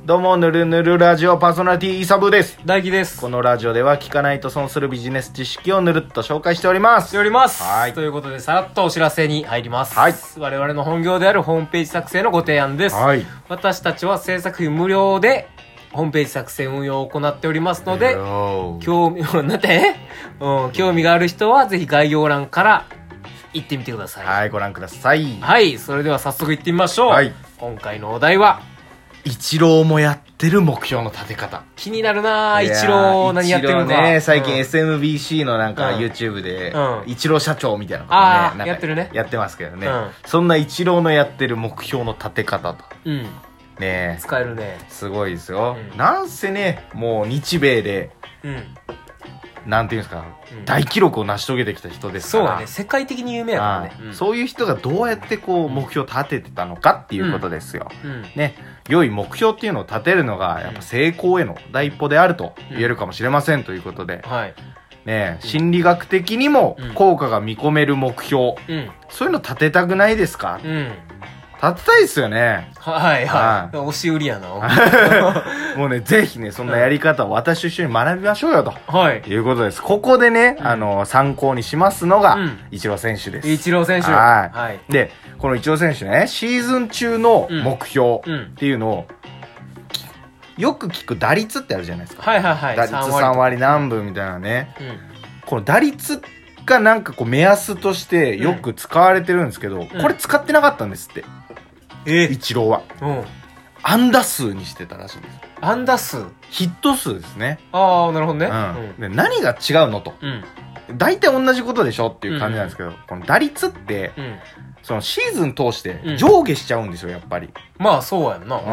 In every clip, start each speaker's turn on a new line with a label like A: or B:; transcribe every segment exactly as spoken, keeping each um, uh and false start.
A: どうもぬるぬるラジオパーソナリティイサブです。
B: 大輝です。
A: このラジオでは聞かないと損するビジネス知識をぬるっと紹介しております
B: しております。
A: はい。
B: ということでさらっとお知らせに入ります。
A: はい。
B: 我々の本業であるホームページ作成のご提案です。
A: はい。
B: 私たちは制作費無料でホームページ作成運用を行っておりますので、興味なんて、うん、興味がある人はぜひ概要欄から行ってみてください。
A: はい、ご覧ください。
B: はい、それでは早速行ってみましょう。
A: はい。
B: 今回のお題は
A: イチローもやってる目標の立て方。
B: 気になるなぁ。イチロー何やってるのか。
A: イチローね、最近 エスエムビーシー のなんか YouTube で、
B: うん、
A: イチロー社長みたいなこと
B: ね、
A: なんか
B: やってるね。
A: やってますけどね。
B: うん、
A: そんなイチローのやってる目標の立て方と。
B: うん。
A: ね
B: 使えるね。
A: すごいですよ。
B: うん、
A: なんせね、もう日米で、
B: うん。
A: なんていうんですか、
B: うん、
A: 大記録を成し遂げてきた人ですから。
B: そうだね。世界的に有名やからね、
A: うん、そういう人がどうやってこう目標を立ててたのかっていうことですよ、
B: うんうん、
A: ね、良い目標っていうのを立てるのがやっぱ成功への第一歩であると言えるかもしれませんということで、
B: うん、はい
A: ね、心理学的にも効果が見込める目標、うん、そういうの立てたくないですか、うん、立てたいですよね。
B: はいはい。押し売りやな。
A: もうね、ぜひね、そんなやり方を私と一緒に学びましょうよと。
B: はい。
A: いうことです。ここでね、うん、あの、参考にしますのが、うん、イチロー選手です。
B: イチロー選手。
A: はい。はい。で、このイチロー選手ね、シーズン中の目標っていうのを、うん、よく聞く打率ってあるじゃないですか。
B: はいはいはい。
A: 打率さんわり何分みたいなね。うん、この打率がなんかこう目安としてよく使われてるんですけど、うん、これ使ってなかったんですって。
B: えー、
A: イチローは。うん。安打数にしてたらしいんです。
B: 安打数？
A: ヒット数ですね。
B: ああ、なるほどね。
A: うん。で、何が違うのと。うん。大体同じことでしょっていう感じなんですけど、うん、この打率って、うん、そのシーズン通して上下しちゃうんですよ、やっぱり。
B: まあ、そうやんな。うん。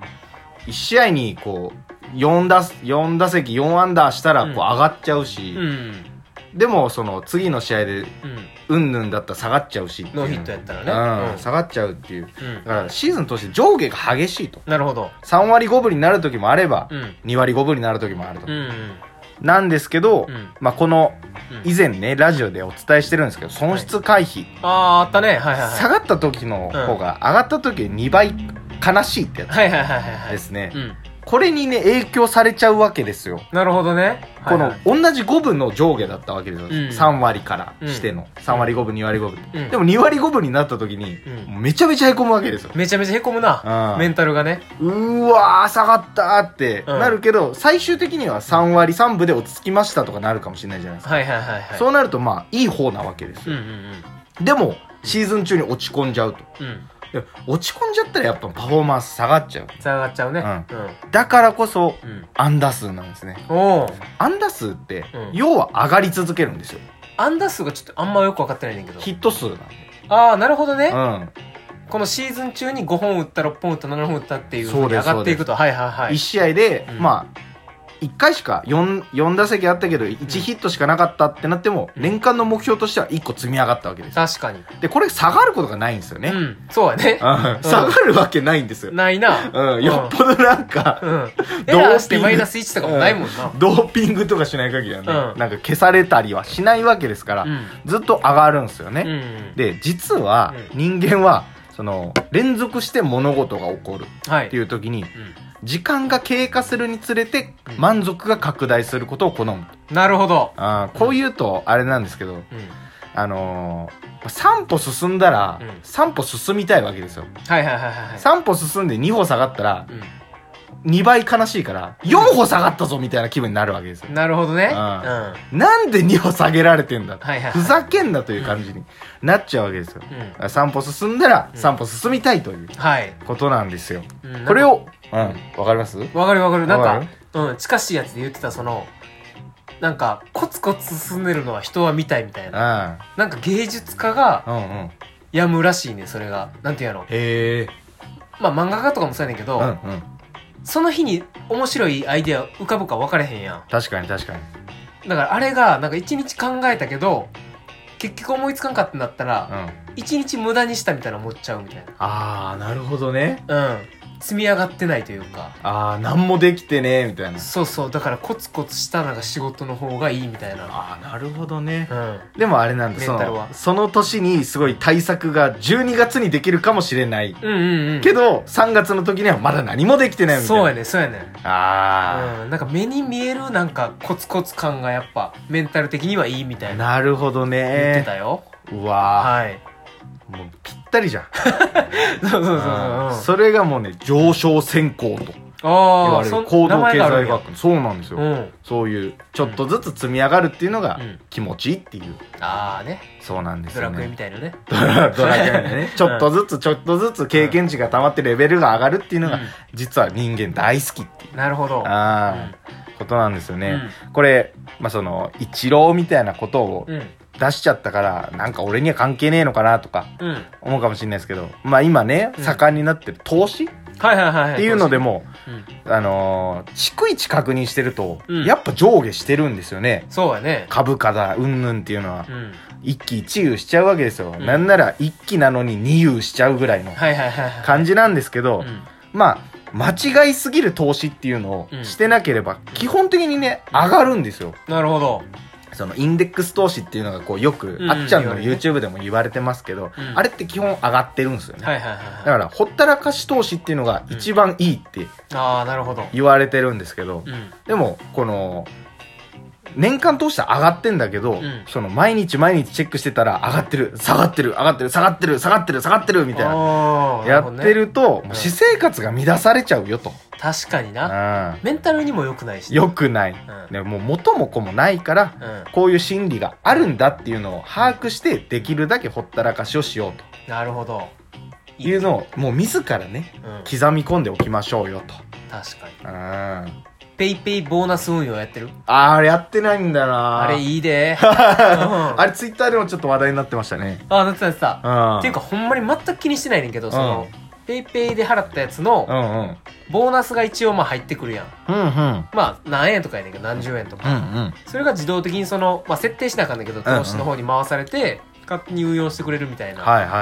A: いち試合にこう、よん打、よん打席よんアンダーしたらこう上がっちゃうし、うん。でも、その次の試合で、うんぬんだったら下がっちゃうし。
B: ノーヒットやったらね。
A: うん。下がっちゃうっていう。だからシーズン通して上下が激しいと。
B: なるほど。
A: さんわりごぶになる時もあれば、にわりごぶになる時もあると。なんですけど、まあこの、以前ね、ラジオでお伝えしてるんですけど、損失回避。
B: ああ、あったね。はいはいはい。
A: 下がった時の方が、上がった時にばい悲しいってやつ。
B: はいはいはいはい。
A: ですね。これにね、影響されちゃうわけですよ。
B: なるほどね。
A: この、同じごぶの上下だったわけですよ。うん、さんわりからしての。うん、さんわりごぶ、にわりごぶ。うん、でもにわりごぶになった時に、うん、めちゃめちゃへこむわけですよ。
B: めちゃめちゃへこむな。うん、メンタルがね。
A: うーわー、下がったーってなるけど、うん、最終的にはさんわりさんぶで落ち着きましたとかなるかもしれないじゃないですか。
B: はいはいはい、はい。
A: そうなると、まあ、いい方なわけですよ。うんうんうん、でも、シーズン中に落ち込んじゃうと。うん落ち込んじゃったらやっぱパフォーマンス下がっちゃう。
B: 下がっちゃうね。うん。うん、
A: だからこそ、うん、安打数なんですね。
B: お
A: 安打数って、うん、要は上がり続けるんですよ。
B: 安打数がちょっとあんまよく分かってないんだけど。
A: ヒット数なんで。
B: ああ、なるほどね。
A: うん。
B: このシーズン中にごほん打った、ろっぽん打った、ななほん打ったっていう風に上がっていくと。はいはいはい。
A: いち試合で、うん、まあ、いっかいしか 4, 4打席あったけどいちヒットしかなかったってなっても、うん、年間の目標としてはいっこ積み上がったわけです。
B: 確かに。
A: で、これ下がることがないんですよね。
B: うん。そうやね。
A: うん、下がるわけないんですよ。
B: ないな。
A: うん。よっぽどなんか、
B: うん。エラーしてマイナスいちとかもないもんな。
A: うん、ドーピングとかしない限りはね、うん、なんか消されたりはしないわけですから、うん、ずっと上がるんですよね。うん、で、実は人間は、その、連続して物事が起こるっていう時に、はいうん時間が経過するにつれて満足が拡大することを好む。
B: なるほど。
A: あこう言うとあれなんですけど、うん、あのー、さん歩進んだらさん歩進みたいわけですよ。
B: はいはいはいはい。
A: さん歩進んでに歩下がったら、うんにばい悲しいからよん歩下がったぞみたいな気分になるわけですよ。
B: なるほどね。
A: うん。なんでに歩下げられてんだ、はいはいはい、ふざけんなという感じになっちゃうわけですよ。うん、さん歩進んだらさん歩進みたいということなんですよ。うん、これを、うん、わかります？
B: わかるわかる。なんか、うん、近しいやつで言ってたその、なんかコツコツ進んでるのは人は見たいみたいな。うん、なんか芸術家がやむらしいね、それが。なんていうの？
A: へー。
B: まあ漫画家とかもそうやねんけど、うんうんその日に面白いアイデア浮かぶか分かれへんやん。
A: 確かに確かに。
B: だからあれがなんか一日考えたけど結局思いつかんかってなったら一、うん、日無駄にしたみたいな思っちゃうみたいな。
A: あーなるほどね。
B: うん。 積み上がってないというか、
A: ああ何もできてねみたいな。
B: そうそう、だからコツコツしたなんか仕事の方がいいみたいな。
A: ああなるほどね、
B: うん、
A: でもあれなんだ、そのその年にすごい対策がじゅうにがつにできるかもしれない、
B: うんうんうん、
A: けどさんがつの時にはまだ何もできてないみたいな。
B: そうやねそうやね。
A: ああ、
B: うん、なんか目に見えるなんかコツコツ感がやっぱメンタル的にはいいみたいな。
A: なるほどね。
B: 言ってたよ。
A: うわー、
B: はい、
A: もうぴったりじゃん。
B: そうそうそうそう、
A: それがもうね上昇先行と言われる行動経済学。そうなんですよ、うん、そういうちょっとずつ積み上がるっていうのが気持ちいいっていう、うん、
B: ああね、
A: そうなんですよね。
B: ドラクエみたいなね。
A: ドラクエみたいなね。ちょっとずつちょっとずつ経験値が溜まってレベルが上がるっていうのが、うん、実は人間大好きっていう。
B: なるほど。
A: ああ、うん、ことなんですよね、うん、これまあその一郎みたいなことを、うん、出しちゃったからなんか俺には関係ねえのかなとか思うかもしれないですけど、まあ今ね、うん、盛んになってる投資っていうのでも、うん、あのー、逐一確認してると、うん、やっぱ上下してるんですよね。
B: そうやね。
A: 株価だうんぬんっていうのは、うん、一喜一憂しちゃうわけですよ、うん、なんなら一喜なのに二憂しちゃうぐらいの感じなんですけど、まあ間違いすぎる投資っていうのをしてなければ、基本的にね上がるんですよ。
B: なるほど。
A: そのインデックス投資っていうのがこうよく、うん、あっちゃんの YouTube でも言われてますけど、うん、あれって基本上がってるんですよね、はいはいはいはい、だからほったらかし投資っていうのが一番いいって言われてるんですけど、うん、でもこの年間通して上がってんだけど、うん、その毎日毎日チェックしてたら上がってる下がってる上がってる下がってる下がってる下がってるみたいなやってると、もう私生活が乱されちゃうよと。
B: 確かにな、うん、メンタルにも良くないし、ね、
A: 良くない、うん、でもう元も子もないから、うん、こういう心理があるんだっていうのを把握してできるだけほったらかしをしようと。
B: なるほど。
A: いうのをもう自らね、うん、刻み込んでおきましょうよと。
B: 確かに。うん、ペイペイボーナス運用やってる？
A: あー、あれやってないんだな。
B: あれいいで、うん、
A: あれツイッターでもちょっと話題になってましたね。
B: あー、なってたなってた、うん、っていうかほんまに全く気にしてないねんけど、その、うんペイペイで払ったやつの、うんうん、ボーナスが一応まあ入ってくるやん。うんうん、まあ何円とかやねんけど何十円とか、うんうん。それが自動的にその、まあ設定しなあかんねんけど、投資の方に回されて、勝手に運用してくれるみたいな。はいはい。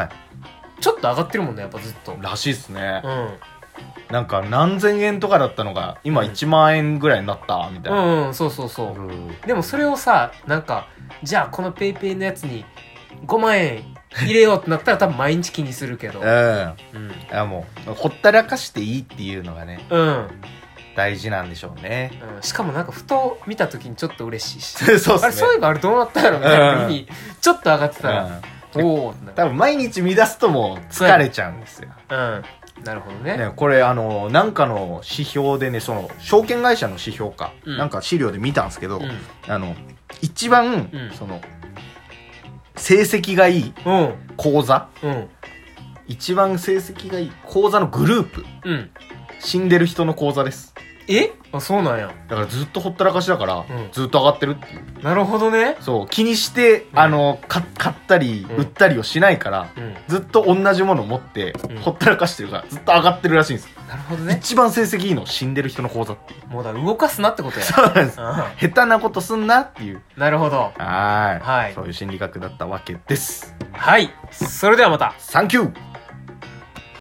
B: ちょっと上がってるもんね、やっぱずっと。
A: らしいっすね。うん。なんか何千円とかだったのが、今いちまん円ぐらいになった、みたいな。
B: うんうん、そうそうそう。うん、でもそれをさ、なんか、じゃあこのペイペイのやつにごまん円、入れようってなったら多分毎日気にするけど、うん、うん、
A: いやもうほったらかしていいっていうのがね、うん、大事なんでしょうね、
B: うん、しかもなんかふと見た時にちょっと嬉しいし
A: そうっすね、
B: あれそういえばあれどうなったやろみたいな風にちょっと上がってたら、うん、おお
A: 多分毎日乱すともう疲れちゃうんですよ、
B: うん、なるほど ね,
A: ねこれあのなんかの指標でね、その証券会社の指標か、うん、なんか資料で見たんですけど、うん、あの一番、うん、その成績がいい口座、うん、一番成績がいい口座のグループ、うん、死んでる人の口座です。
B: え？あ、そうなんや。
A: だからずっとほったらかしだから、うん、ずっと上がってるっていう。
B: なるほどね。
A: そう気にして、うん、あの買ったり売ったりをしないから、うん、ずっと同じものを持って、うん、ほったらかしてるからずっと上がってるらしいんです。
B: なるほどね。
A: 一番成績いいの死んでる人の口座っていう。
B: もうだから動かすなってことや。
A: そうなんです。下手なことすんなっていう。
B: なるほど。
A: はい。はい。そういう心理学だったわけです。
B: はい。それではまた。
A: サンキュー。